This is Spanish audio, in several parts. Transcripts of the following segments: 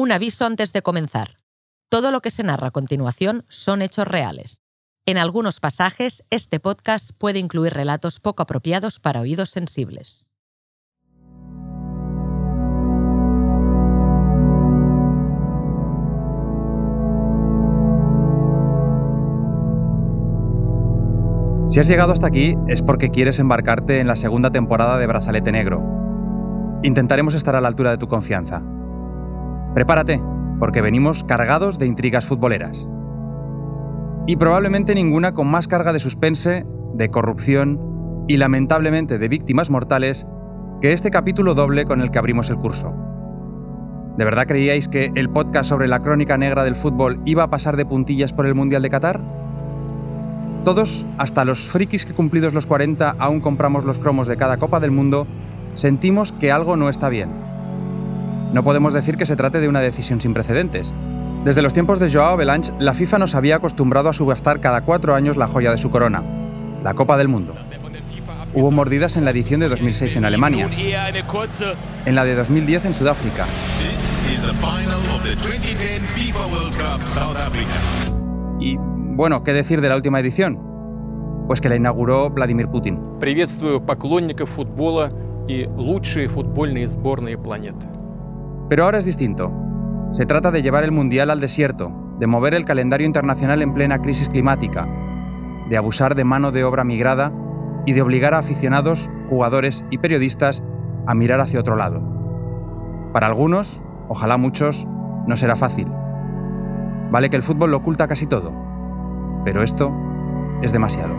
Un aviso antes de comenzar. Todo lo que se narra a continuación son hechos reales. En algunos pasajes, este podcast puede incluir relatos poco apropiados para oídos sensibles. Si has llegado hasta aquí es porque quieres embarcarte en la segunda temporada de Brazalete Negro. Intentaremos estar a la altura de tu confianza. Prepárate, porque venimos cargados de intrigas futboleras. Y probablemente ninguna con más carga de suspense, de corrupción y lamentablemente de víctimas mortales que este capítulo doble con el que abrimos el curso. ¿De verdad creíais que el podcast sobre la crónica negra del fútbol iba a pasar de puntillas por el Mundial de Qatar? Todos, hasta los frikis que cumplidos los 40 aún compramos los cromos de cada Copa del Mundo, sentimos que algo no está bien. No podemos decir que se trate de una decisión sin precedentes. Desde los tiempos de Joao Belange, la FIFA nos había acostumbrado a subastar cada 4 años la joya de su corona, la Copa del Mundo. Hubo mordidas en la edición de 2006 en Alemania, en la de 2010 en Sudáfrica, y bueno, ¿qué decir de la última edición? Pues que la inauguró Vladimir Putin. Приветствую поклонников футбола и лучшие футбольные сборные планеты. Pero ahora es distinto. Se trata de llevar el Mundial al desierto, de mover el calendario internacional en plena crisis climática, de abusar de mano de obra migrada y de obligar a aficionados, jugadores y periodistas a mirar hacia otro lado. Para algunos, ojalá muchos, no será fácil. Vale que el fútbol lo oculta casi todo, pero esto es demasiado.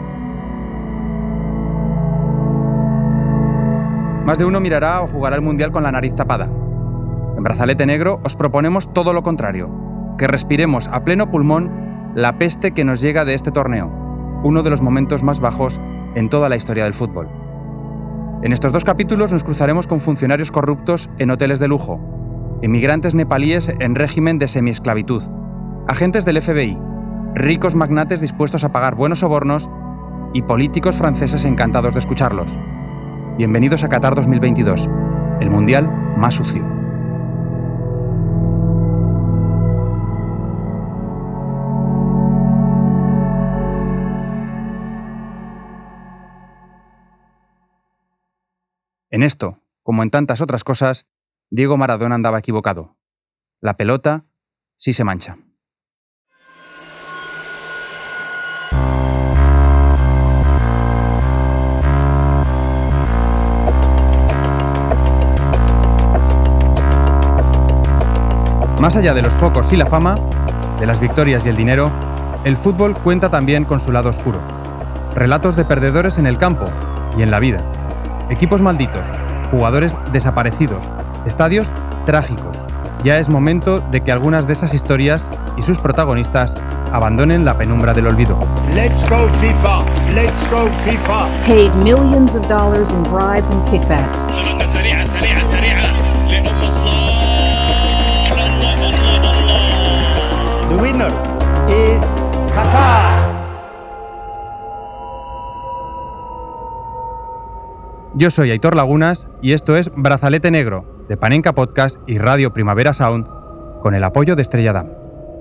Más de uno mirará o jugará el Mundial con la nariz tapada. En Brazalete Negro os proponemos todo lo contrario, que respiremos a pleno pulmón la peste que nos llega de este torneo, uno de los momentos más bajos en toda la historia del fútbol. En estos 2 capítulos nos cruzaremos con funcionarios corruptos en hoteles de lujo, inmigrantes nepalíes en régimen de semiesclavitud, agentes del FBI, ricos magnates dispuestos a pagar buenos sobornos y políticos franceses encantados de escucharlos. Bienvenidos a Qatar 2022, el Mundial más sucio. En esto, como en tantas otras cosas, Diego Maradona andaba equivocado. La pelota sí se mancha. Más allá de los focos y la fama, de las victorias y el dinero, el fútbol cuenta también con su lado oscuro. Relatos de perdedores en el campo y en la vida. Equipos malditos, jugadores desaparecidos, estadios trágicos. Ya es momento de que algunas de esas historias y sus protagonistas abandonen la penumbra del olvido. Let's go FIFA! Let's go FIFA! Paid millions of dollars in bribes and kickbacks. The winner is Qatar! Yo soy Aitor Lagunas y esto es Brazalete Negro, de Panenka Podcast y Radio Primavera Sound, con el apoyo de Estrella Damm.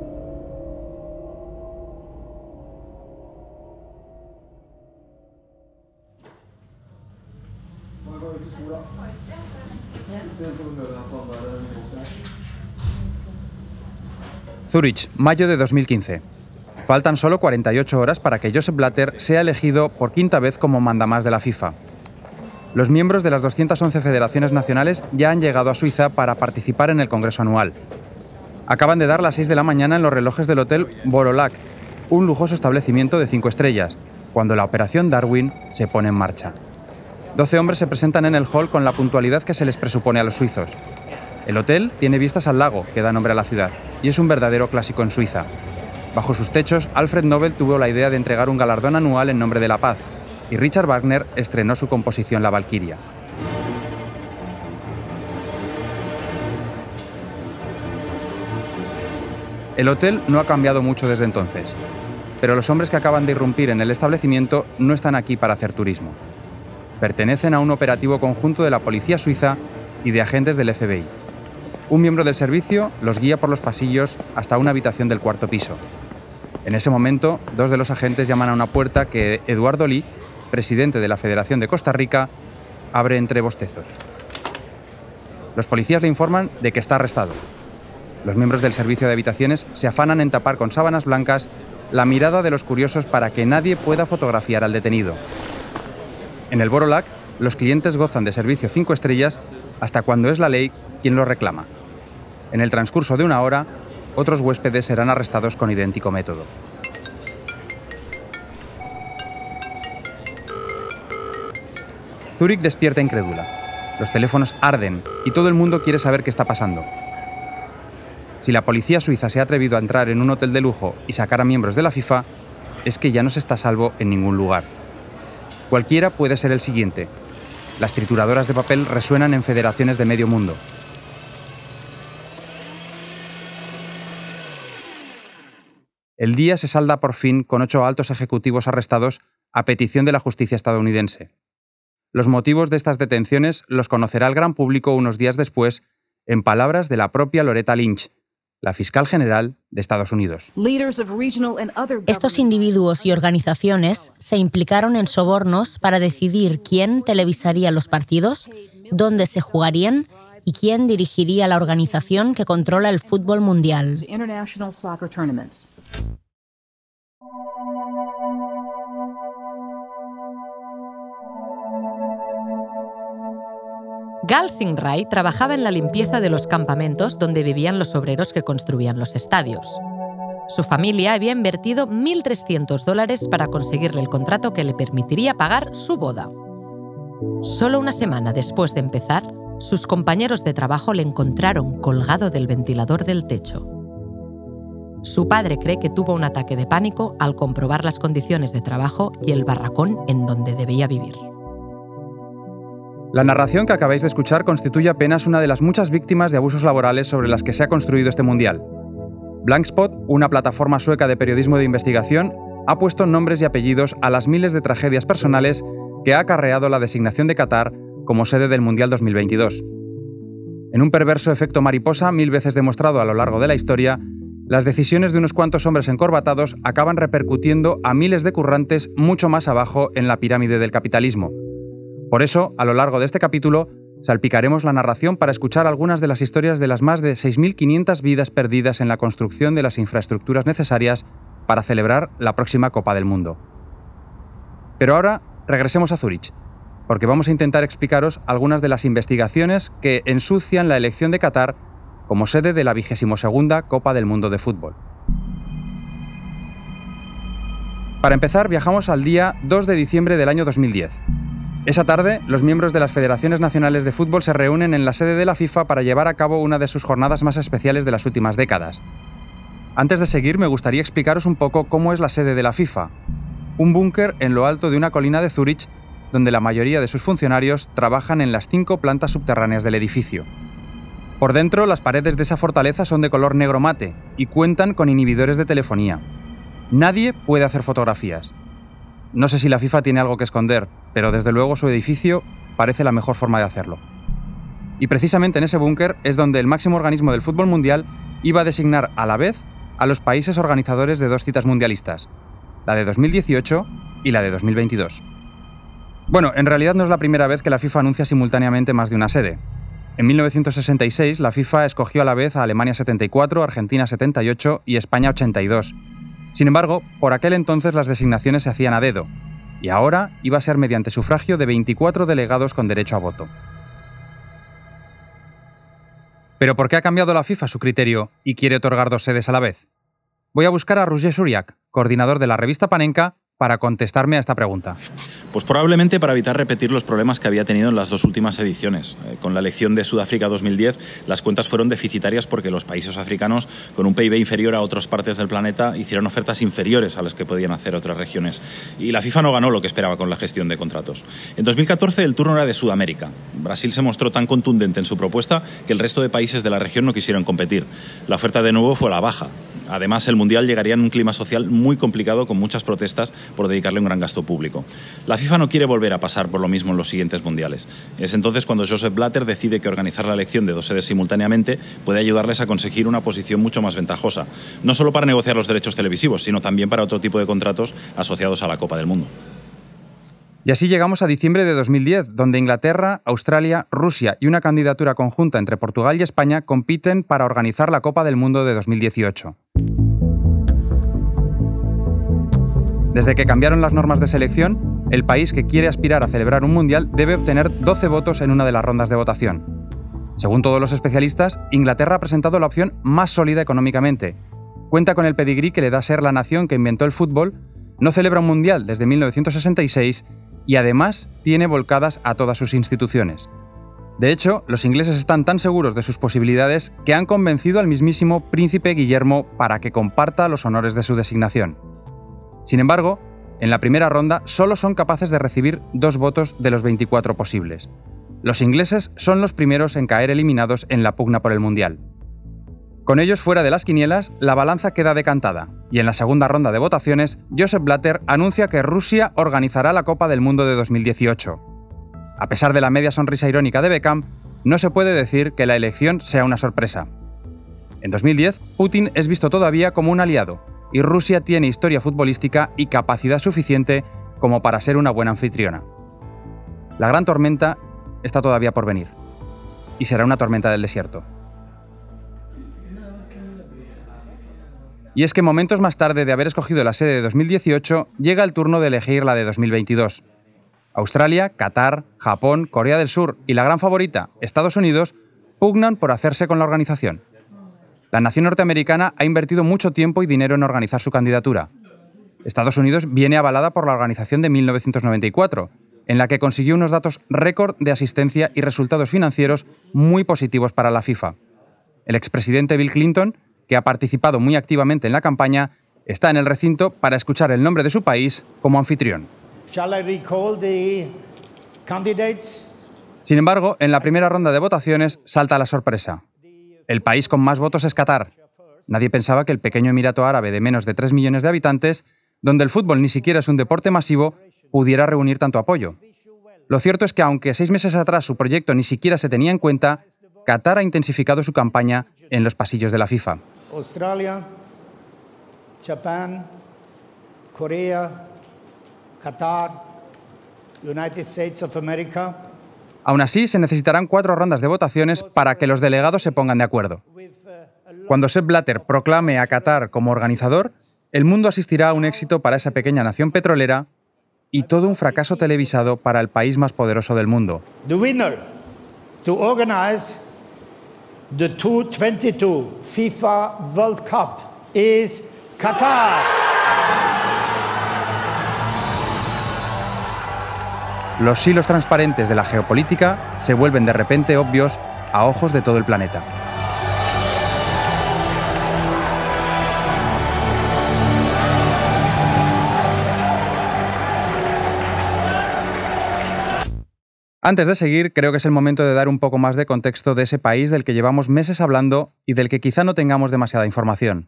Zúrich, mayo de 2015. Faltan solo 48 horas para que Josep Blatter sea elegido por 5ª vez como mandamás de la FIFA. Los miembros de las 211 federaciones nacionales ya han llegado a Suiza para participar en el Congreso anual. Acaban de dar las 6 de la mañana en los relojes del Hotel Borolac, un lujoso establecimiento de 5 estrellas, cuando la Operación Darwin se pone en marcha. 12 hombres se presentan en el hall con la puntualidad que se les presupone a los suizos. El hotel tiene vistas al lago, que da nombre a la ciudad, y es un verdadero clásico en Suiza. Bajo sus techos, Alfred Nobel tuvo la idea de entregar un galardón anual en nombre de la paz, y Richard Wagner estrenó su composición La Valquiria. El hotel no ha cambiado mucho desde entonces, pero los hombres que acaban de irrumpir en el establecimiento no están aquí para hacer turismo. Pertenecen a un operativo conjunto de la policía suiza y de agentes del FBI. un miembro del servicio los guía por los pasillos hasta una habitación del cuarto piso. En ese momento, 2 de los agentes llaman a una puerta que Eduardo Lee, presidente de la Federación de Costa Rica, abre entre bostezos. Los policías le informan de que está arrestado. Los miembros del servicio de habitaciones se afanan en tapar con sábanas blancas la mirada de los curiosos para que nadie pueda fotografiar al detenido. En el Borolac, los clientes gozan de servicio 5 estrellas hasta cuando es la ley quien lo reclama. En el transcurso de 1 hora, otros huéspedes serán arrestados con idéntico método. Zúrich despierta incrédula. Los teléfonos arden y todo el mundo quiere saber qué está pasando. Si la policía suiza se ha atrevido a entrar en un hotel de lujo y sacar a miembros de la FIFA, es que ya no se está a salvo en ningún lugar. Cualquiera puede ser el siguiente. Las trituradoras de papel resuenan en federaciones de medio mundo. El día se salda por fin con 8 altos ejecutivos arrestados a petición de la justicia estadounidense. Los motivos de estas detenciones los conocerá el gran público unos días después, en palabras de la propia Loretta Lynch, la fiscal general de Estados Unidos. Estos individuos y organizaciones se implicaron en sobornos para decidir quién televisaría los partidos, dónde se jugarían y quién dirigiría la organización que controla el fútbol mundial. Gal Singray trabajaba en la limpieza de los campamentos donde vivían los obreros que construían los estadios. Su familia había invertido $1.300 para conseguirle el contrato que le permitiría pagar su boda. Solo una semana después de empezar, sus compañeros de trabajo le encontraron colgado del ventilador del techo. Su padre cree que tuvo un ataque de pánico al comprobar las condiciones de trabajo y el barracón en donde debía vivir. La narración que acabáis de escuchar constituye apenas una de las muchas víctimas de abusos laborales sobre las que se ha construido este mundial. Blankspot, una plataforma sueca de periodismo de investigación, ha puesto nombres y apellidos a las miles de tragedias personales que ha acarreado la designación de Qatar como sede del Mundial 2022. En un perverso efecto mariposa 1000 veces demostrado a lo largo de la historia, las decisiones de unos cuantos hombres encorbatados acaban repercutiendo a miles de currantes mucho más abajo en la pirámide del capitalismo. Por eso, a lo largo de este capítulo, salpicaremos la narración para escuchar algunas de las historias de las más de 6.500 vidas perdidas en la construcción de las infraestructuras necesarias para celebrar la próxima Copa del Mundo. Pero ahora, regresemos a Zúrich, porque vamos a intentar explicaros algunas de las investigaciones que ensucian la elección de Qatar como sede de la 22ª Copa del Mundo de Fútbol. Para empezar, viajamos al día 2 de diciembre del año 2010. Esa tarde, los miembros de las Federaciones Nacionales de Fútbol se reúnen en la sede de la FIFA para llevar a cabo una de sus jornadas más especiales de las últimas décadas. Antes de seguir, me gustaría explicaros un poco cómo es la sede de la FIFA. Un búnker en lo alto de una colina de Zúrich, donde la mayoría de sus funcionarios trabajan en las 5 plantas subterráneas del edificio. Por dentro, las paredes de esa fortaleza son de color negro mate y cuentan con inhibidores de telefonía. Nadie puede hacer fotografías. No sé si la FIFA tiene algo que esconder, pero desde luego su edificio parece la mejor forma de hacerlo. Y precisamente en ese búnker es donde el máximo organismo del fútbol mundial iba a designar a la vez a los países organizadores de 2 citas mundialistas, la de 2018 y la de 2022. Bueno, en realidad no es la primera vez que la FIFA anuncia simultáneamente más de una sede. En 1966, la FIFA escogió a la vez a Alemania 74, Argentina 78 y España 82. Sin embargo, por aquel entonces las designaciones se hacían a dedo, y ahora iba a ser mediante sufragio de 24 delegados con derecho a voto. ¿Pero por qué ha cambiado la FIFA su criterio y quiere otorgar 2 sedes a la vez? Voy a buscar a Roger Suriak, coordinador de la revista Panenka, para contestarme a esta pregunta. Pues probablemente para evitar repetir los problemas que había tenido en las 2 últimas ediciones. Con la elección de Sudáfrica 2010, las cuentas fueron deficitarias porque los países africanos, con un PIB inferior a otras partes del planeta, hicieron ofertas inferiores a las que podían hacer otras regiones. Y la FIFA no ganó lo que esperaba con la gestión de contratos. En 2014 el turno era de Sudamérica. Brasil se mostró tan contundente en su propuesta que el resto de países de la región no quisieron competir. La oferta de nuevo fue a la baja. Además, el Mundial llegaría en un clima social muy complicado, con muchas protestas por dedicarle un gran gasto público. La FIFA no quiere volver a pasar por lo mismo en los siguientes mundiales. Es entonces cuando Joseph Blatter decide que organizar la elección de 2 sedes simultáneamente puede ayudarles a conseguir una posición mucho más ventajosa, no solo para negociar los derechos televisivos, sino también para otro tipo de contratos asociados a la Copa del Mundo. Y así llegamos a diciembre de 2010, donde Inglaterra, Australia, Rusia y una candidatura conjunta entre Portugal y España compiten para organizar la Copa del Mundo de 2018. Desde que cambiaron las normas de selección, el país que quiere aspirar a celebrar un mundial debe obtener 12 votos en una de las rondas de votación. Según todos los especialistas, Inglaterra ha presentado la opción más sólida económicamente. Cuenta con el pedigrí que le da ser la nación que inventó el fútbol, no celebra un mundial desde 1966 y además tiene volcadas a todas sus instituciones. De hecho, los ingleses están tan seguros de sus posibilidades que han convencido al mismísimo príncipe Guillermo para que comparta los honores de su designación. Sin embargo, en la primera ronda solo son capaces de recibir 2 votos de los 24 posibles. Los ingleses son los primeros en caer eliminados en la pugna por el mundial. Con ellos fuera de las quinielas, la balanza queda decantada, y en la segunda ronda de votaciones, Joseph Blatter anuncia que Rusia organizará la Copa del Mundo de 2018. A pesar de la media sonrisa irónica de Beckham, no se puede decir que la elección sea una sorpresa. En 2010, Putin es visto todavía como un aliado, y Rusia tiene historia futbolística y capacidad suficiente como para ser una buena anfitriona. La gran tormenta está todavía por venir, y será una tormenta del desierto. Y es que momentos más tarde de haber escogido la sede de 2018, llega el turno de elegir la de 2022. Australia, Qatar, Japón, Corea del Sur y la gran favorita, Estados Unidos, pugnan por hacerse con la organización. La nación norteamericana ha invertido mucho tiempo y dinero en organizar su candidatura. Estados Unidos viene avalada por la organización de 1994, en la que consiguió unos datos récord de asistencia y resultados financieros muy positivos para la FIFA. El expresidente Bill Clinton, que ha participado muy activamente en la campaña, está en el recinto para escuchar el nombre de su país como anfitrión. Sin embargo, en la primera ronda de votaciones salta la sorpresa. El país con más votos es Qatar. Nadie pensaba que el pequeño emirato árabe de menos de 3 millones de habitantes, donde el fútbol ni siquiera es un deporte masivo, pudiera reunir tanto apoyo. Lo cierto es que aunque 6 meses atrás su proyecto ni siquiera se tenía en cuenta, Qatar ha intensificado su campaña en los pasillos de la FIFA. Australia, Japón, Corea, Qatar, United States of America. Aún así, se necesitarán 4 rondas de votaciones para que los delegados se pongan de acuerdo. Cuando Sepp Blatter proclame a Qatar como organizador, el mundo asistirá a un éxito para esa pequeña nación petrolera y todo un fracaso televisado para el país más poderoso del mundo. The winner to organize the 2022 FIFA World Cup is Qatar. Los hilos transparentes de la geopolítica se vuelven de repente obvios a ojos de todo el planeta. Antes de seguir, creo que es el momento de dar un poco más de contexto de ese país del que llevamos meses hablando y del que quizá no tengamos demasiada información.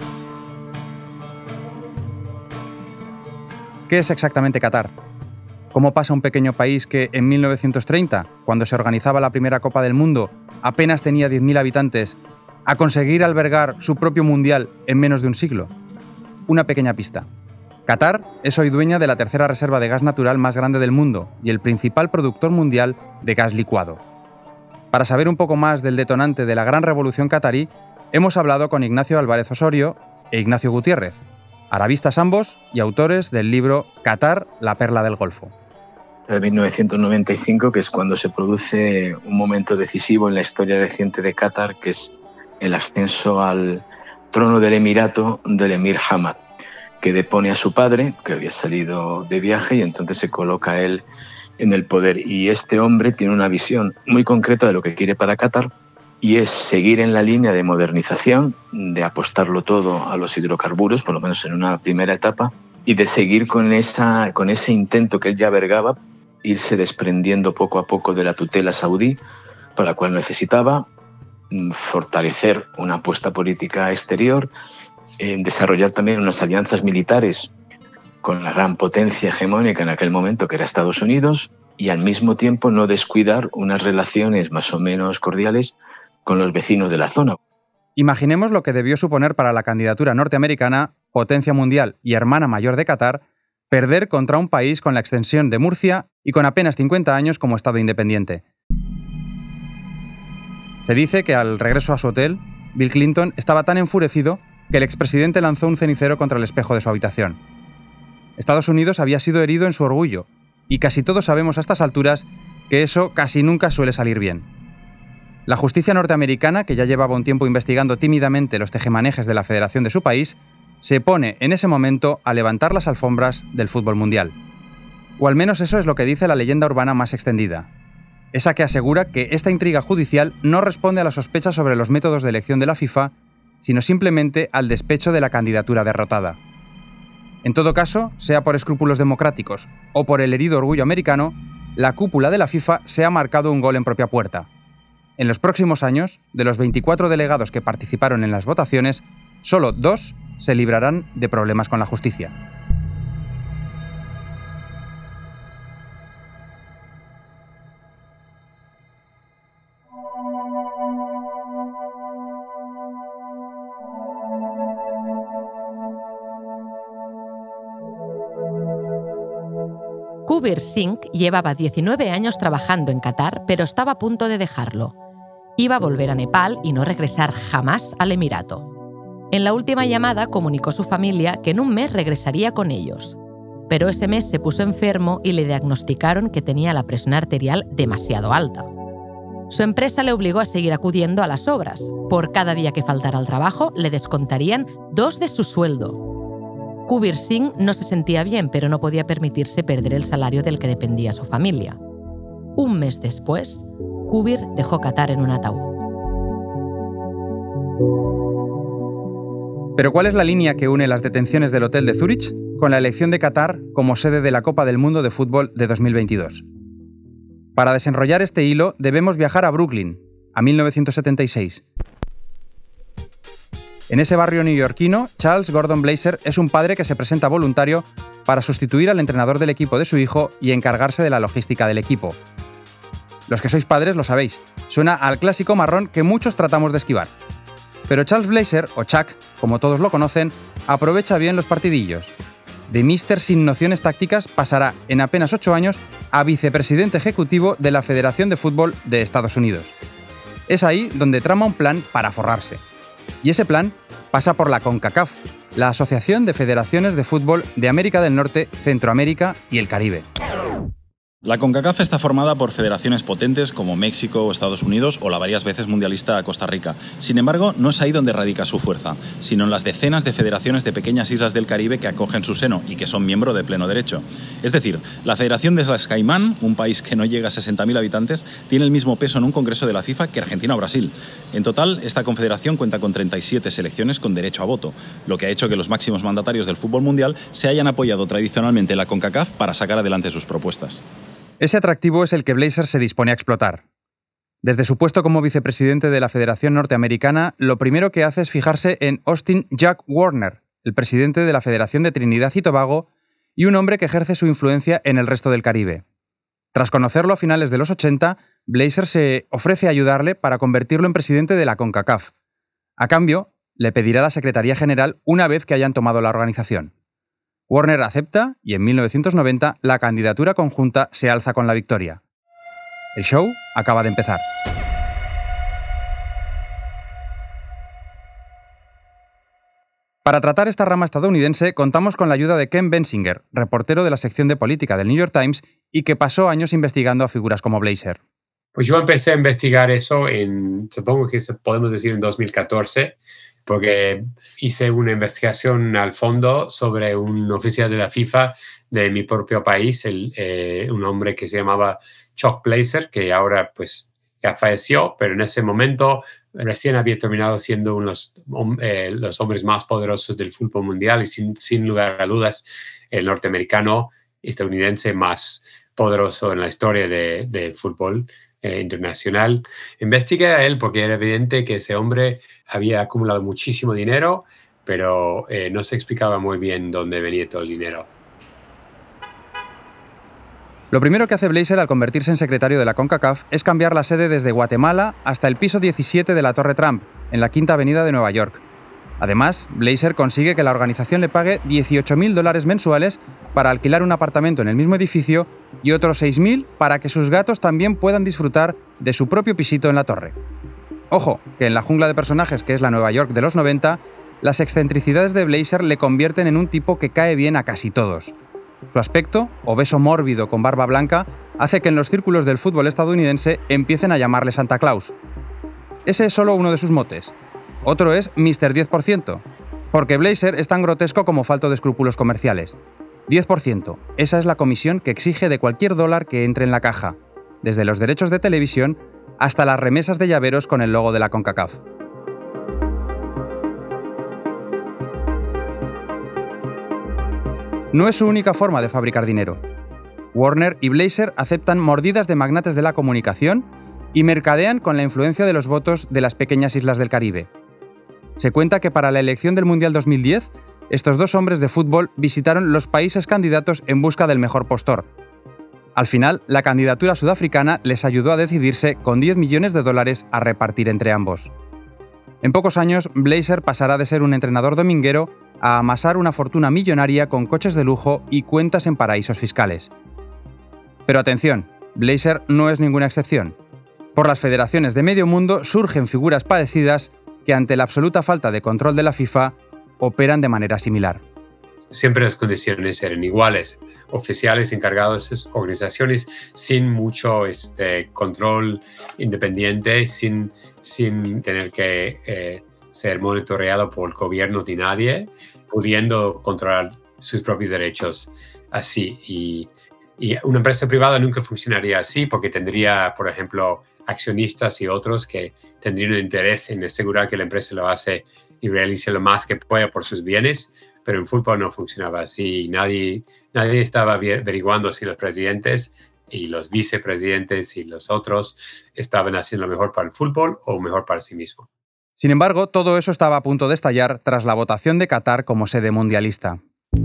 ¿Qué es exactamente Qatar? ¿Cómo pasa un pequeño país que en 1930, cuando se organizaba la primera Copa del Mundo, apenas tenía 10.000 habitantes, a conseguir albergar su propio mundial en menos de un siglo? Una pequeña pista. Qatar es hoy dueña de la tercera reserva de gas natural más grande del mundo y el principal productor mundial de gas licuado. Para saber un poco más del detonante de la gran revolución qatarí, hemos hablado con Ignacio Álvarez Osorio e Ignacio Gutiérrez, arabistas ambos y autores del libro Qatar, la perla del Golfo. De 1995, que es cuando se produce un momento decisivo en la historia reciente de Qatar, que es el ascenso al trono del emirato del emir Hamad, que depone a su padre, que había salido de viaje, y entonces se coloca él en el poder. Y este hombre tiene una visión muy concreta de lo que quiere para Qatar, y es seguir en la línea de modernización, de apostarlo todo a los hidrocarburos, por lo menos en una primera etapa, y de seguir con ese intento que él ya vergaba, irse desprendiendo poco a poco de la tutela saudí, para la cual necesitaba fortalecer una apuesta política exterior desarrollar también unas alianzas militares con la gran potencia hegemónica en aquel momento que era Estados Unidos y al mismo tiempo no descuidar unas relaciones más o menos cordiales con los vecinos de la zona. Imaginemos lo que debió suponer para la candidatura norteamericana, potencia mundial y hermana mayor de Qatar, perder contra un país con la extensión de Murcia y con apenas 50 años como Estado independiente. Se dice que al regreso a su hotel, Bill Clinton estaba tan enfurecido que el expresidente lanzó un cenicero contra el espejo de su habitación. Estados Unidos había sido herido en su orgullo, y casi todos sabemos a estas alturas que eso casi nunca suele salir bien. La justicia norteamericana, que ya llevaba un tiempo investigando tímidamente los tejemanejes de la federación de su país, se pone en ese momento a levantar las alfombras del fútbol mundial. O al menos eso es lo que dice la leyenda urbana más extendida. Esa que asegura que esta intriga judicial no responde a las sospechas sobre los métodos de elección de la FIFA, sino simplemente al despecho de la candidatura derrotada. En todo caso, sea por escrúpulos democráticos o por el herido orgullo americano, la cúpula de la FIFA se ha marcado un gol en propia puerta. En los próximos años, de los 24 delegados que participaron en las votaciones, solo 2 se librarán de problemas con la justicia. Kubir Singh llevaba 19 años trabajando en Qatar, pero estaba a punto de dejarlo. Iba a volver a Nepal y no regresar jamás al Emirato. En la última llamada comunicó a su familia que en un mes regresaría con ellos. Pero ese mes se puso enfermo y le diagnosticaron que tenía la presión arterial demasiado alta. Su empresa le obligó a seguir acudiendo a las obras. Por cada día que faltara al trabajo, le descontarían 2 de su sueldo. Kubir Singh no se sentía bien, pero no podía permitirse perder el salario del que dependía su familia. Un mes después, Kubir dejó Qatar en un ataúd. ¿Pero cuál es la línea que une las detenciones del hotel de Zúrich con la elección de Qatar como sede de la Copa del Mundo de Fútbol de 2022? Para desenrollar este hilo, debemos viajar a Brooklyn, a 1976. En ese barrio neoyorquino, Charles Gordon Blazer es un padre que se presenta voluntario para sustituir al entrenador del equipo de su hijo y encargarse de la logística del equipo. Los que sois padres lo sabéis, suena al clásico marrón que muchos tratamos de esquivar. Pero Charles Blazer, o Chuck, como todos lo conocen, aprovecha bien los partidillos. De míster sin nociones tácticas pasará en apenas 8 años a vicepresidente ejecutivo de la Federación de Fútbol de Estados Unidos. Es ahí donde trama un plan para forrarse. Y ese plan pasa por la CONCACAF, la Asociación de Federaciones de Fútbol de América del Norte, Centroamérica y el Caribe. La CONCACAF está formada por federaciones potentes como México o Estados Unidos o la varias veces mundialista Costa Rica. Sin embargo, no es ahí donde radica su fuerza, sino en las decenas de federaciones de pequeñas islas del Caribe que acogen su seno y que son miembro de pleno derecho. Es decir, la Federación de Islas Caimán, un país que no llega a 60.000 habitantes, tiene el mismo peso en un congreso de la FIFA que Argentina o Brasil. En total, esta confederación cuenta con 37 selecciones con derecho a voto, lo que ha hecho que los máximos mandatarios del fútbol mundial se hayan apoyado tradicionalmente en la CONCACAF para sacar adelante sus propuestas. Ese atractivo es el que Blazer se dispone a explotar. Desde su puesto como vicepresidente de la Federación Norteamericana, lo primero que hace es fijarse en Austin Jack Warner, el presidente de la Federación de Trinidad y Tobago, y un hombre que ejerce su influencia en el resto del Caribe. Tras conocerlo a finales de los 80, Blazer se ofrece a ayudarle para convertirlo en presidente de la CONCACAF. A cambio, le pedirá la Secretaría General una vez que hayan tomado la organización. Warner acepta y en 1990 la candidatura conjunta se alza con la victoria. El show acaba de empezar. Para tratar esta rama estadounidense contamos con la ayuda de Ken Bensinger, reportero de la sección de política del New York Times y que pasó años investigando a figuras como Blazer. Pues yo empecé a investigar eso supongo que podemos decir en 2014, porque hice una investigación al fondo sobre un oficial de la FIFA de mi propio país, un hombre que se llamaba Chuck Blazer, que ahora pues ya falleció, pero en ese momento recién había terminado siendo uno de los hombres más poderosos del fútbol mundial y sin lugar a dudas el norteamericano estadounidense más poderoso en la historia del fútbol internacional. Investigué a él porque era evidente que ese hombre había acumulado muchísimo dinero, pero no se explicaba muy bien dónde venía todo el dinero. Lo primero que hace Blazer al convertirse en secretario de la CONCACAF es cambiar la sede desde Guatemala hasta el piso 17 de la Torre Trump, en la Quinta Avenida de Nueva York. Además, Blazer consigue que la organización le pague $18.000 mensuales para alquilar un apartamento en el mismo edificio y otros $6.000 para que sus gatos también puedan disfrutar de su propio pisito en la torre. Ojo, que en la jungla de personajes que es la Nueva York de los 90, las excentricidades de Blazer le convierten en un tipo que cae bien a casi todos. Su aspecto, obeso mórbido con barba blanca, hace que en los círculos del fútbol estadounidense empiecen a llamarle Santa Claus. Ese es solo uno de sus motes. Otro es Mr. 10%, porque Blazer es tan grotesco como falto de escrúpulos comerciales. 10%, esa es la comisión que exige de cualquier dólar que entre en la caja, desde los derechos de televisión hasta las remesas de llaveros con el logo de la CONCACAF. No es su única forma de fabricar dinero. Warner y Blazer aceptan mordidas de magnates de la comunicación y mercadean con la influencia de los votos de las pequeñas islas del Caribe. Se cuenta que para la elección del Mundial 2010, estos dos hombres de fútbol visitaron los países candidatos en busca del mejor postor. Al final, la candidatura sudafricana les ayudó a decidirse con $10 millones a repartir entre ambos. En pocos años, Blazer pasará de ser un entrenador dominguero a amasar una fortuna millonaria con coches de lujo y cuentas en paraísos fiscales. Pero atención, Blazer no es ninguna excepción. Por las federaciones de medio mundo surgen figuras parecidas que ante la absoluta falta de control de la FIFA operan de manera similar. Siempre las condiciones eran iguales. Oficiales encargados de esas organizaciones sin mucho control independiente, sin tener que ser monitoreado por el gobierno ni nadie, pudiendo controlar sus propios derechos así. Y una empresa privada nunca funcionaría así porque tendría, por ejemplo, accionistas y otros que tendrían un interés en asegurar que la empresa lo hace y realice lo más que pueda por sus bienes, pero en fútbol no funcionaba así. Nadie estaba averiguando si los presidentes y los vicepresidentes y los otros estaban haciendo lo mejor para el fútbol o mejor para sí mismo. Sin embargo, todo eso estaba a punto de estallar tras la votación de Qatar como sede mundialista.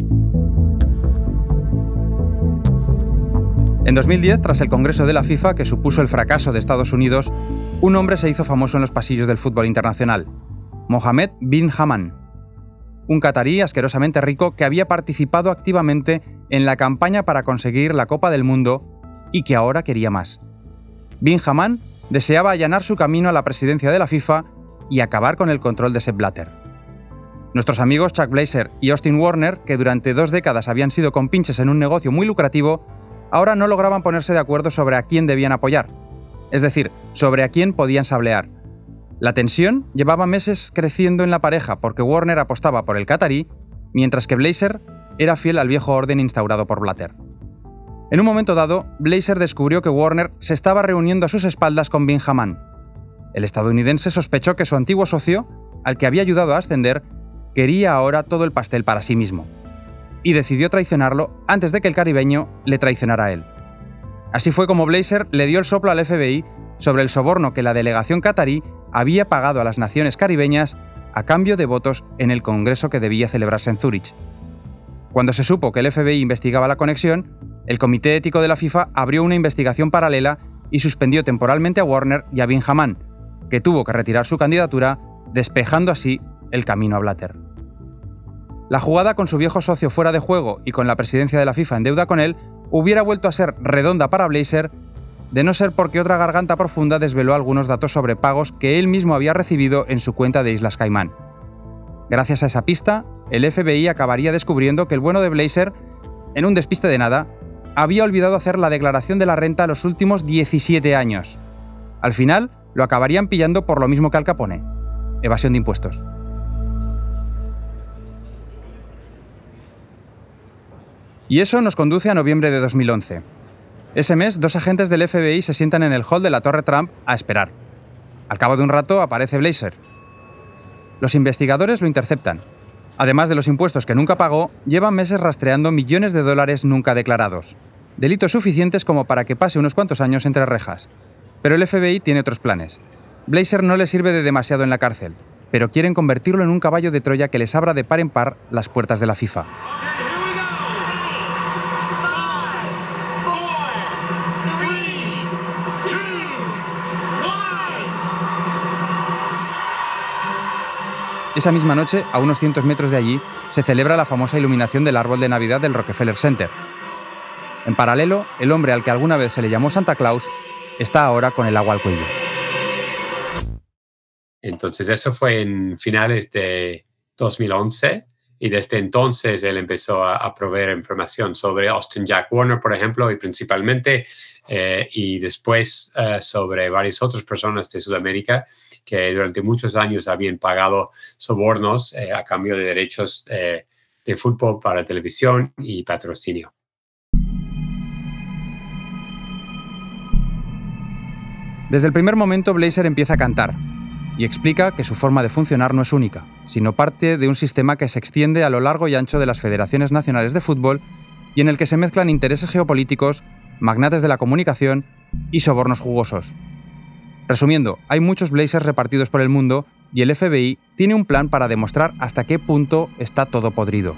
En 2010, tras el Congreso de la FIFA, que supuso el fracaso de Estados Unidos, un hombre se hizo famoso en los pasillos del fútbol internacional: Mohammed bin Hammam, un catarí asquerosamente rico que había participado activamente en la campaña para conseguir la Copa del Mundo y que ahora quería más. Bin Hammam deseaba allanar su camino a la presidencia de la FIFA y acabar con el control de Sepp Blatter. Nuestros amigos Chuck Blazer y Austin Warner, que durante 2 décadas habían sido compinches en un negocio muy lucrativo, ahora no lograban ponerse de acuerdo sobre a quién debían apoyar, es decir, sobre a quién podían sablear. La tensión llevaba meses creciendo en la pareja porque Warner apostaba por el catarí, mientras que Blazer era fiel al viejo orden instaurado por Blatter. En un momento dado, Blazer descubrió que Warner se estaba reuniendo a sus espaldas con Bin Hammam. El estadounidense sospechó que su antiguo socio, al que había ayudado a ascender, quería ahora todo el pastel para sí mismo, y decidió traicionarlo antes de que el caribeño le traicionara a él. Así fue como Blazer le dio el soplo al FBI sobre el soborno que la delegación catarí había pagado a las naciones caribeñas a cambio de votos en el congreso que debía celebrarse en Zúrich. Cuando se supo que el FBI investigaba la conexión, el Comité Ético de la FIFA abrió una investigación paralela y suspendió temporalmente a Warner y a Bin Hammam, que tuvo que retirar su candidatura, despejando así el camino a Blatter. La jugada con su viejo socio fuera de juego y con la presidencia de la FIFA en deuda con él hubiera vuelto a ser redonda para Blazer, de no ser porque otra garganta profunda desveló algunos datos sobre pagos que él mismo había recibido en su cuenta de Islas Caimán. Gracias a esa pista, el FBI acabaría descubriendo que el bueno de Blazer, en un despiste de nada, había olvidado hacer la declaración de la renta los últimos 17 años. Al final, lo acabarían pillando por lo mismo que Al Capone: evasión de impuestos. Y eso nos conduce a noviembre de 2011. Ese mes, 2 agentes del FBI se sientan en el hall de la Torre Trump a esperar. Al cabo de un rato aparece Blazer. Los investigadores lo interceptan. Además de los impuestos que nunca pagó, llevan meses rastreando millones de dólares nunca declarados. Delitos suficientes como para que pase unos cuantos años entre rejas. Pero el FBI tiene otros planes. Blazer no le sirve de demasiado en la cárcel. pero quieren convertirlo en un caballo de Troya que les abra de par en par las puertas de la FIFA. Esa misma noche, a unos cientos metros de allí, se celebra la famosa iluminación del árbol de Navidad del Rockefeller Center. En paralelo, el hombre al que alguna vez se le llamó Santa Claus está ahora con el agua al cuello. Entonces eso fue en finales de 2011 y desde entonces él empezó a proveer información sobre Austin Jack Warner, por ejemplo, y principalmente, y después sobre varias otras personas de Sudamérica que durante muchos años habían pagado sobornos a cambio de derechos de fútbol para televisión y patrocinio. Desde el primer momento, Blazer empieza a cantar y explica que su forma de funcionar no es única, sino parte de un sistema que se extiende a lo largo y ancho de las federaciones nacionales de fútbol y en el que se mezclan intereses geopolíticos, magnates de la comunicación y sobornos jugosos. Resumiendo, hay muchos Blazers repartidos por el mundo y el FBI tiene un plan para demostrar hasta qué punto está todo podrido.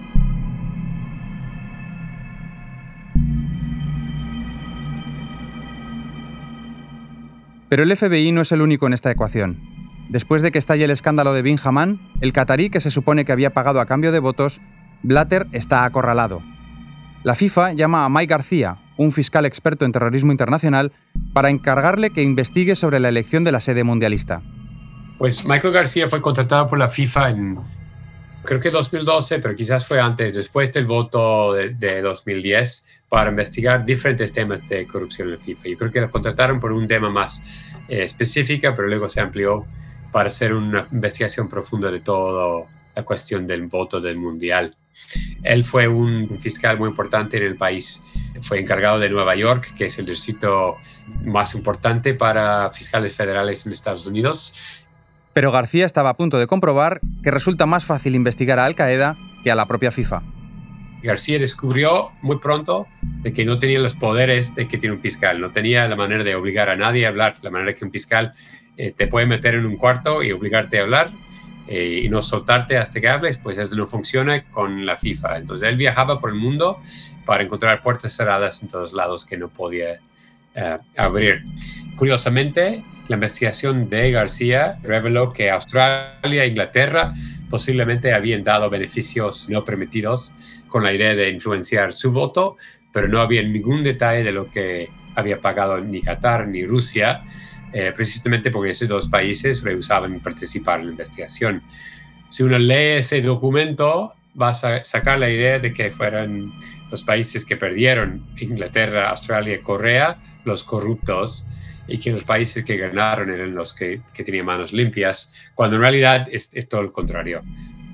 Pero el FBI no es el único en esta ecuación. Después de que estalle el escándalo de Bin Hammam, el catarí que se supone que había pagado a cambio de votos, Blatter está acorralado. La FIFA llama a Mike García, un fiscal experto en terrorismo internacional, para encargarle que investigue sobre la elección de la sede mundialista. Pues Michael García fue contratado por la FIFA en, creo que 2012, pero quizás fue antes, después del voto de 2010, para investigar diferentes temas de corrupción en la FIFA. Yo creo que lo contrataron por un tema más específico, pero luego se amplió para hacer una investigación profunda de toda la cuestión del voto del Mundial. Él fue un fiscal muy importante en el país. Fue encargado de Nueva York, que es el distrito más importante para fiscales federales en Estados Unidos. Pero García estaba a punto de comprobar que resulta más fácil investigar a Al Qaeda que a la propia FIFA. García descubrió muy pronto de que no tenía los poderes de que tiene un fiscal. No tenía la manera de obligar a nadie a hablar, la manera que un fiscal te puede meter en un cuarto y obligarte a hablar y no soltarte hasta que hables, pues eso no funciona con la FIFA. Entonces él viajaba por el mundo para encontrar puertas cerradas en todos lados que no podía abrir. Curiosamente, la investigación de García reveló que Australia e Inglaterra posiblemente habían dado beneficios no permitidos con la idea de influenciar su voto, pero no había ningún detalle de lo que había pagado ni Qatar ni Rusia, precisamente porque esos dos países rehusaban participar en la investigación. Si uno lee ese documento, vas a sacar la idea de que fueran los países que perdieron, Inglaterra, Australia y Corea, los corruptos, y que los países que ganaron eran los que tenían manos limpias, cuando en realidad es todo lo contrario.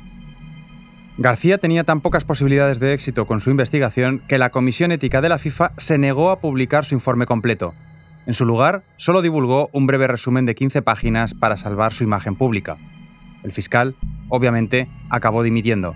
García tenía tan pocas posibilidades de éxito con su investigación que la Comisión Ética de la FIFA se negó a publicar su informe completo. En su lugar, solo divulgó un breve resumen de 15 páginas para salvar su imagen pública. El fiscal, obviamente, acabó dimitiendo.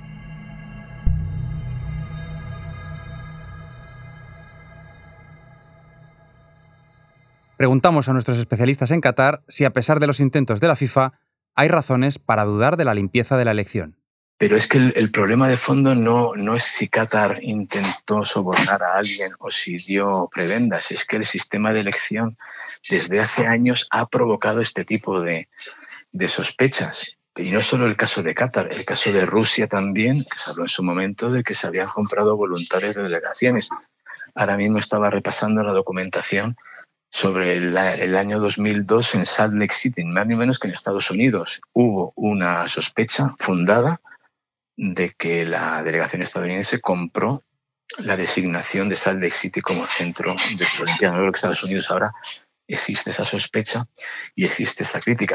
Preguntamos a nuestros especialistas en Qatar si, a pesar de los intentos de la FIFA, hay razones para dudar de la limpieza de la elección. Pero es que el problema de fondo no es si Qatar intentó sobornar a alguien o si dio prebendas, es que el sistema de elección desde hace años ha provocado este tipo de sospechas. Y no solo el caso de Qatar, el caso de Rusia también, que se habló en su momento de que se habían comprado voluntarios de delegaciones. Ahora mismo estaba repasando la documentación sobre el año 2002 en Salt Lake City, más ni menos que en Estados Unidos. Hubo una sospecha fundada de que la delegación estadounidense compró la designación de Salt Lake City como centro de la Olimpiada. No creo que Estados Unidos ahora existe esa sospecha y existe esta crítica.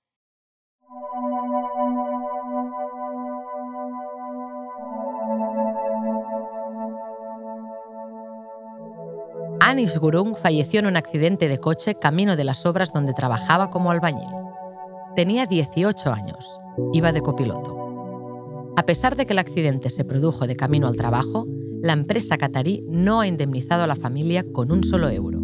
Anish Gurung falleció en un accidente de coche camino de las obras donde trabajaba como albañil. Tenía 18 años. Iba de copiloto. A pesar de que el accidente se produjo de camino al trabajo, la empresa catarí no ha indemnizado a la familia con un solo euro.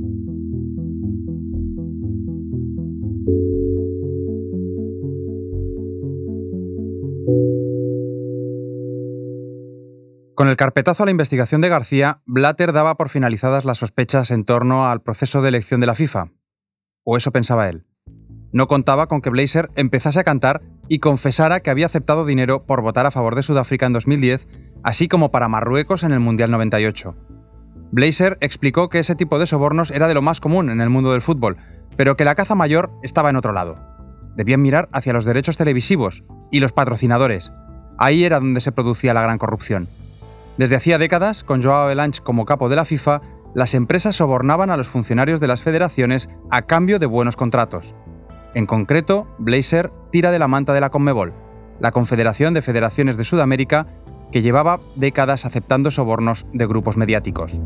Con el carpetazo a la investigación de García, Blatter daba por finalizadas las sospechas en torno al proceso de elección de la FIFA. O eso pensaba él. No contaba con que Blazer empezase a cantar y confesara que había aceptado dinero por votar a favor de Sudáfrica en 2010, así como para Marruecos en el Mundial 98. Blazer explicó que ese tipo de sobornos era de lo más común en el mundo del fútbol, pero que la caza mayor estaba en otro lado. Debían mirar hacia los derechos televisivos y los patrocinadores. Ahí era donde se producía la gran corrupción. Desde hacía décadas, con Joao Havelange como capo de la FIFA, las empresas sobornaban a los funcionarios de las federaciones a cambio de buenos contratos. En concreto, Blazer tira de la manta de la CONMEBOL, la Confederación de Federaciones de Sudamérica, que llevaba décadas aceptando sobornos de grupos mediáticos.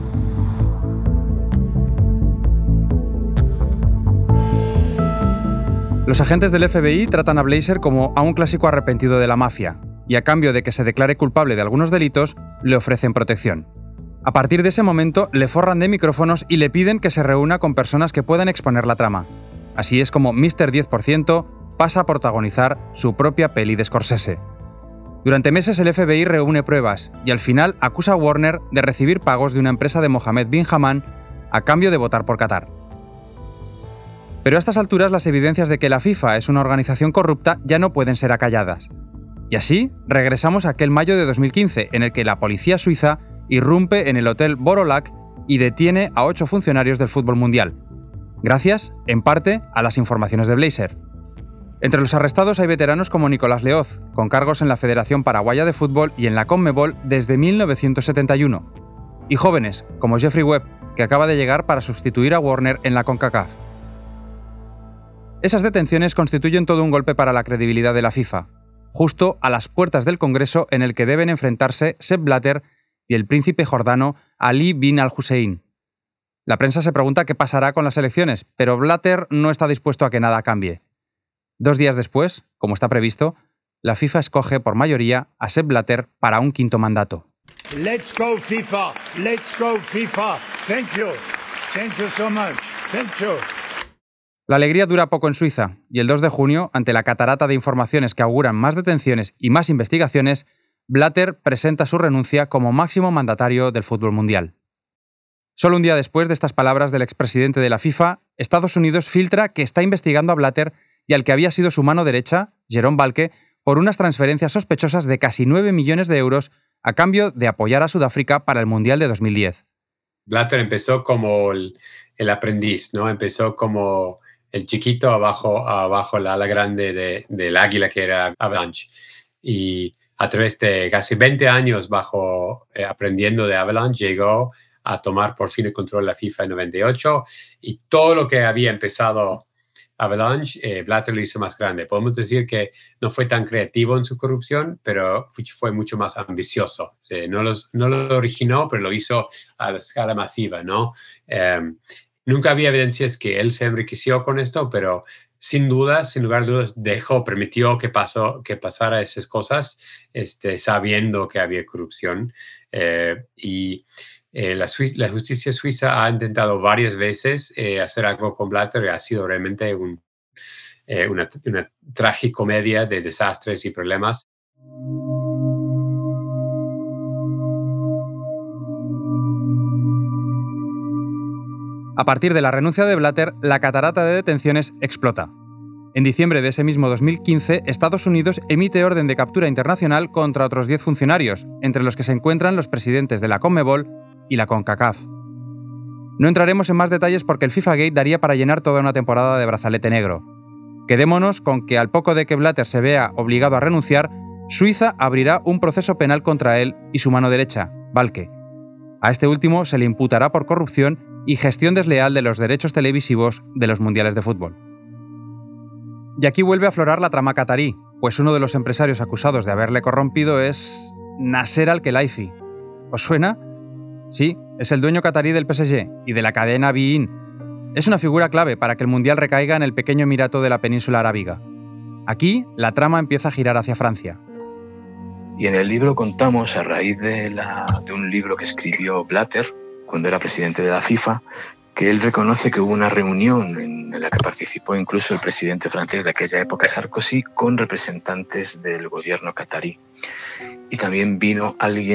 Los agentes del FBI tratan a Blazer como a un clásico arrepentido de la mafia, y a cambio de que se declare culpable de algunos delitos, le ofrecen protección. A partir de ese momento, le forran de micrófonos y le piden que se reúna con personas que puedan exponer la trama. Así es como Mr. 10% pasa a protagonizar su propia peli de Scorsese. Durante meses el FBI reúne pruebas y al final acusa a Warner de recibir pagos de una empresa de Mohammed bin Hammam a cambio de votar por Qatar. Pero a estas alturas las evidencias de que la FIFA es una organización corrupta ya no pueden ser acalladas. Y así regresamos a aquel mayo de 2015 en el que la policía suiza irrumpe en el Hotel Borolac y detiene a 8 funcionarios del fútbol mundial, gracias, en parte, a las informaciones de Blazer. Entre los arrestados hay veteranos como Nicolás Leoz, con cargos en la Federación Paraguaya de Fútbol y en la CONMEBOL desde 1971, y jóvenes como Jeffrey Webb, que acaba de llegar para sustituir a Warner en la CONCACAF. Esas detenciones constituyen todo un golpe para la credibilidad de la FIFA, justo a las puertas del Congreso en el que deben enfrentarse Sepp Blatter y el príncipe jordano Ali bin al-Hussein. La prensa se pregunta qué pasará con las elecciones, pero Blatter no está dispuesto a que nada cambie. 2 días después, como está previsto, la FIFA escoge por mayoría a Sepp Blatter para un 5º mandato. Let's go FIFA! Let's go FIFA! Thank you! Thank you so much! Thank you! La alegría dura poco en Suiza, y el 2 de junio, ante la catarata de informaciones que auguran más detenciones y más investigaciones, Blatter presenta su renuncia como máximo mandatario del fútbol mundial. Solo un día después de estas palabras del expresidente de la FIFA, Estados Unidos filtra que está investigando a Blatter y al que había sido su mano derecha, Jerome Valcke, por unas transferencias sospechosas de casi 9 millones de euros a cambio de apoyar a Sudáfrica para el Mundial de 2010. Blatter empezó como el aprendiz, ¿no? Empezó como el chiquito abajo la ala grande del águila que era Havelange. Y a través de casi 20 años aprendiendo de Havelange, llegó a tomar por fin el control de la FIFA en 98, y todo lo que había empezado Havelange, Blatter lo hizo más grande. Podemos decir que no fue tan creativo en su corrupción, pero fue mucho más ambicioso. No lo originó, pero lo hizo a la escala masiva, ¿no? Nunca había evidencias que él se enriqueció con esto, pero sin lugar a dudas, permitió que pasara esas cosas, sabiendo que había corrupción. La justicia suiza ha intentado varias veces hacer algo con Blatter, y ha sido realmente una tragicomedia de desastres y problemas. A partir de la renuncia de Blatter, la catarata de detenciones explota. En diciembre de ese mismo 2015, Estados Unidos emite orden de captura internacional contra otros 10 funcionarios, entre los que se encuentran los presidentes de la CONMEBOL y la CONCACAF. No entraremos en más detalles porque el FIFA-Gate daría para llenar toda una temporada de Brazalete Negro. Quedémonos con que al poco de que Blatter se vea obligado a renunciar, Suiza abrirá un proceso penal contra él y su mano derecha, Valcke. A este último se le imputará por corrupción y gestión desleal de los derechos televisivos de los mundiales de fútbol. Y aquí vuelve a aflorar la trama catarí, pues uno de los empresarios acusados de haberle corrompido es Nasser Al-Khelaifi. ¿Os suena? Sí, es el dueño catarí del PSG y de la cadena beIN. Es una figura clave para que el mundial recaiga en el pequeño emirato de la península arábiga. Aquí, la trama empieza a girar hacia Francia. Y en el libro contamos, a raíz de un libro que escribió Blatter, cuando era presidente de la FIFA, que él reconoce que hubo una reunión en la que participó incluso el presidente francés de aquella época, Sarkozy, con representantes del gobierno catarí. Y también vino alguien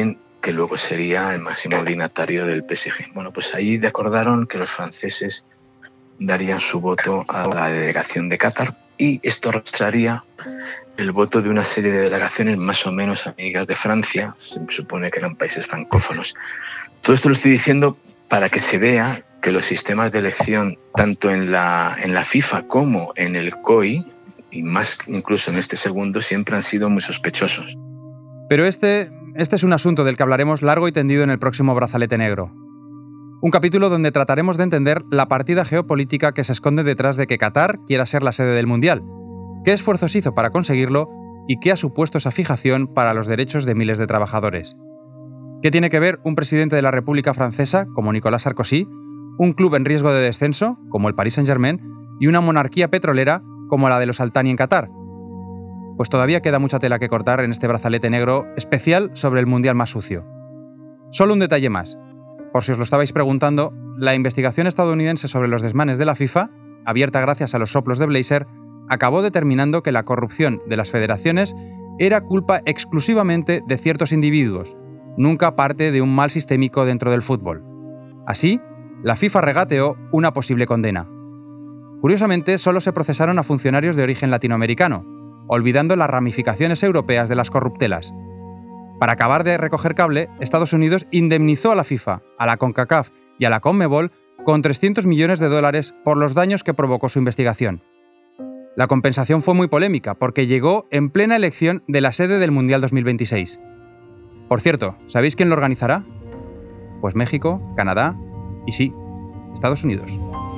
que luego sería el máximo dignatario del PSG. Bueno, pues ahí acordaron que los franceses darían su voto a la delegación de Qatar y esto arrastraría el voto de una serie de delegaciones más o menos amigas de Francia, se supone que eran países francófonos. Todo esto lo estoy diciendo para que se vea que los sistemas de elección, tanto en la FIFA como en el COI, y más incluso en este segundo, siempre han sido muy sospechosos. Pero este es un asunto del que hablaremos largo y tendido en el próximo Brazalete Negro. Un capítulo donde trataremos de entender la partida geopolítica que se esconde detrás de que Qatar quiera ser la sede del Mundial, qué esfuerzos hizo para conseguirlo y qué ha supuesto esa fijación para los derechos de miles de trabajadores. ¿Qué tiene que ver un presidente de la República Francesa, como Nicolas Sarkozy, un club en riesgo de descenso, como el Paris Saint-Germain, y una monarquía petrolera, como la de los Al Thani en Qatar? Pues todavía queda mucha tela que cortar en este Brazalete Negro especial sobre el Mundial más sucio. Solo un detalle más. Por si os lo estabais preguntando, la investigación estadounidense sobre los desmanes de la FIFA, abierta gracias a los soplos de Blazer, acabó determinando que la corrupción de las federaciones era culpa exclusivamente de ciertos individuos, nunca parte de un mal sistémico dentro del fútbol. Así, la FIFA regateó una posible condena. Curiosamente, solo se procesaron a funcionarios de origen latinoamericano, olvidando las ramificaciones europeas de las corruptelas. Para acabar de recoger cable, Estados Unidos indemnizó a la FIFA, a la CONCACAF y a la CONMEBOL con $300 millones por los daños que provocó su investigación. La compensación fue muy polémica porque llegó en plena elección de la sede del Mundial 2026. Por cierto, ¿sabéis quién lo organizará? Pues México, Canadá y sí, Estados Unidos.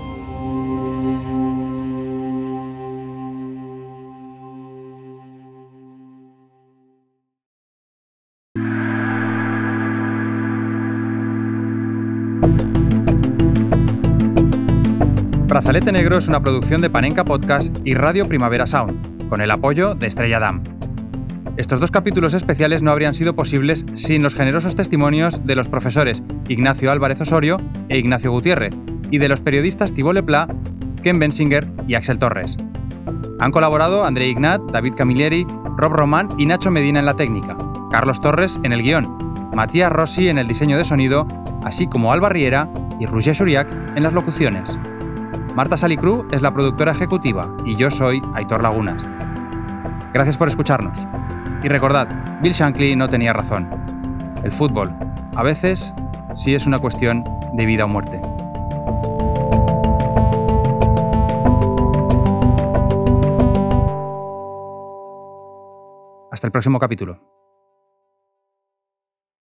Brazalete Negro es una producción de Panenka Podcast y Radio Primavera Sound, con el apoyo de Estrella Damm. Estos 2 capítulos especiales no habrían sido posibles sin los generosos testimonios de los profesores Ignacio Álvarez Osorio e Ignacio Gutiérrez, y de los periodistas Thibault Lepla, Ken Bensinger y Axel Torres. Han colaborado André Ignat, David Camilleri, Rob Román y Nacho Medina en la técnica, Carlos Torres en el guión, Matías Rossi en el diseño de sonido, así como Alba Riera y Roger Churiac en las locuciones. Marta Salicru es la productora ejecutiva y yo soy Aitor Lagunas. Gracias por escucharnos. Y recordad, Bill Shankly no tenía razón. El fútbol, a veces, sí es una cuestión de vida o muerte. Hasta el próximo capítulo.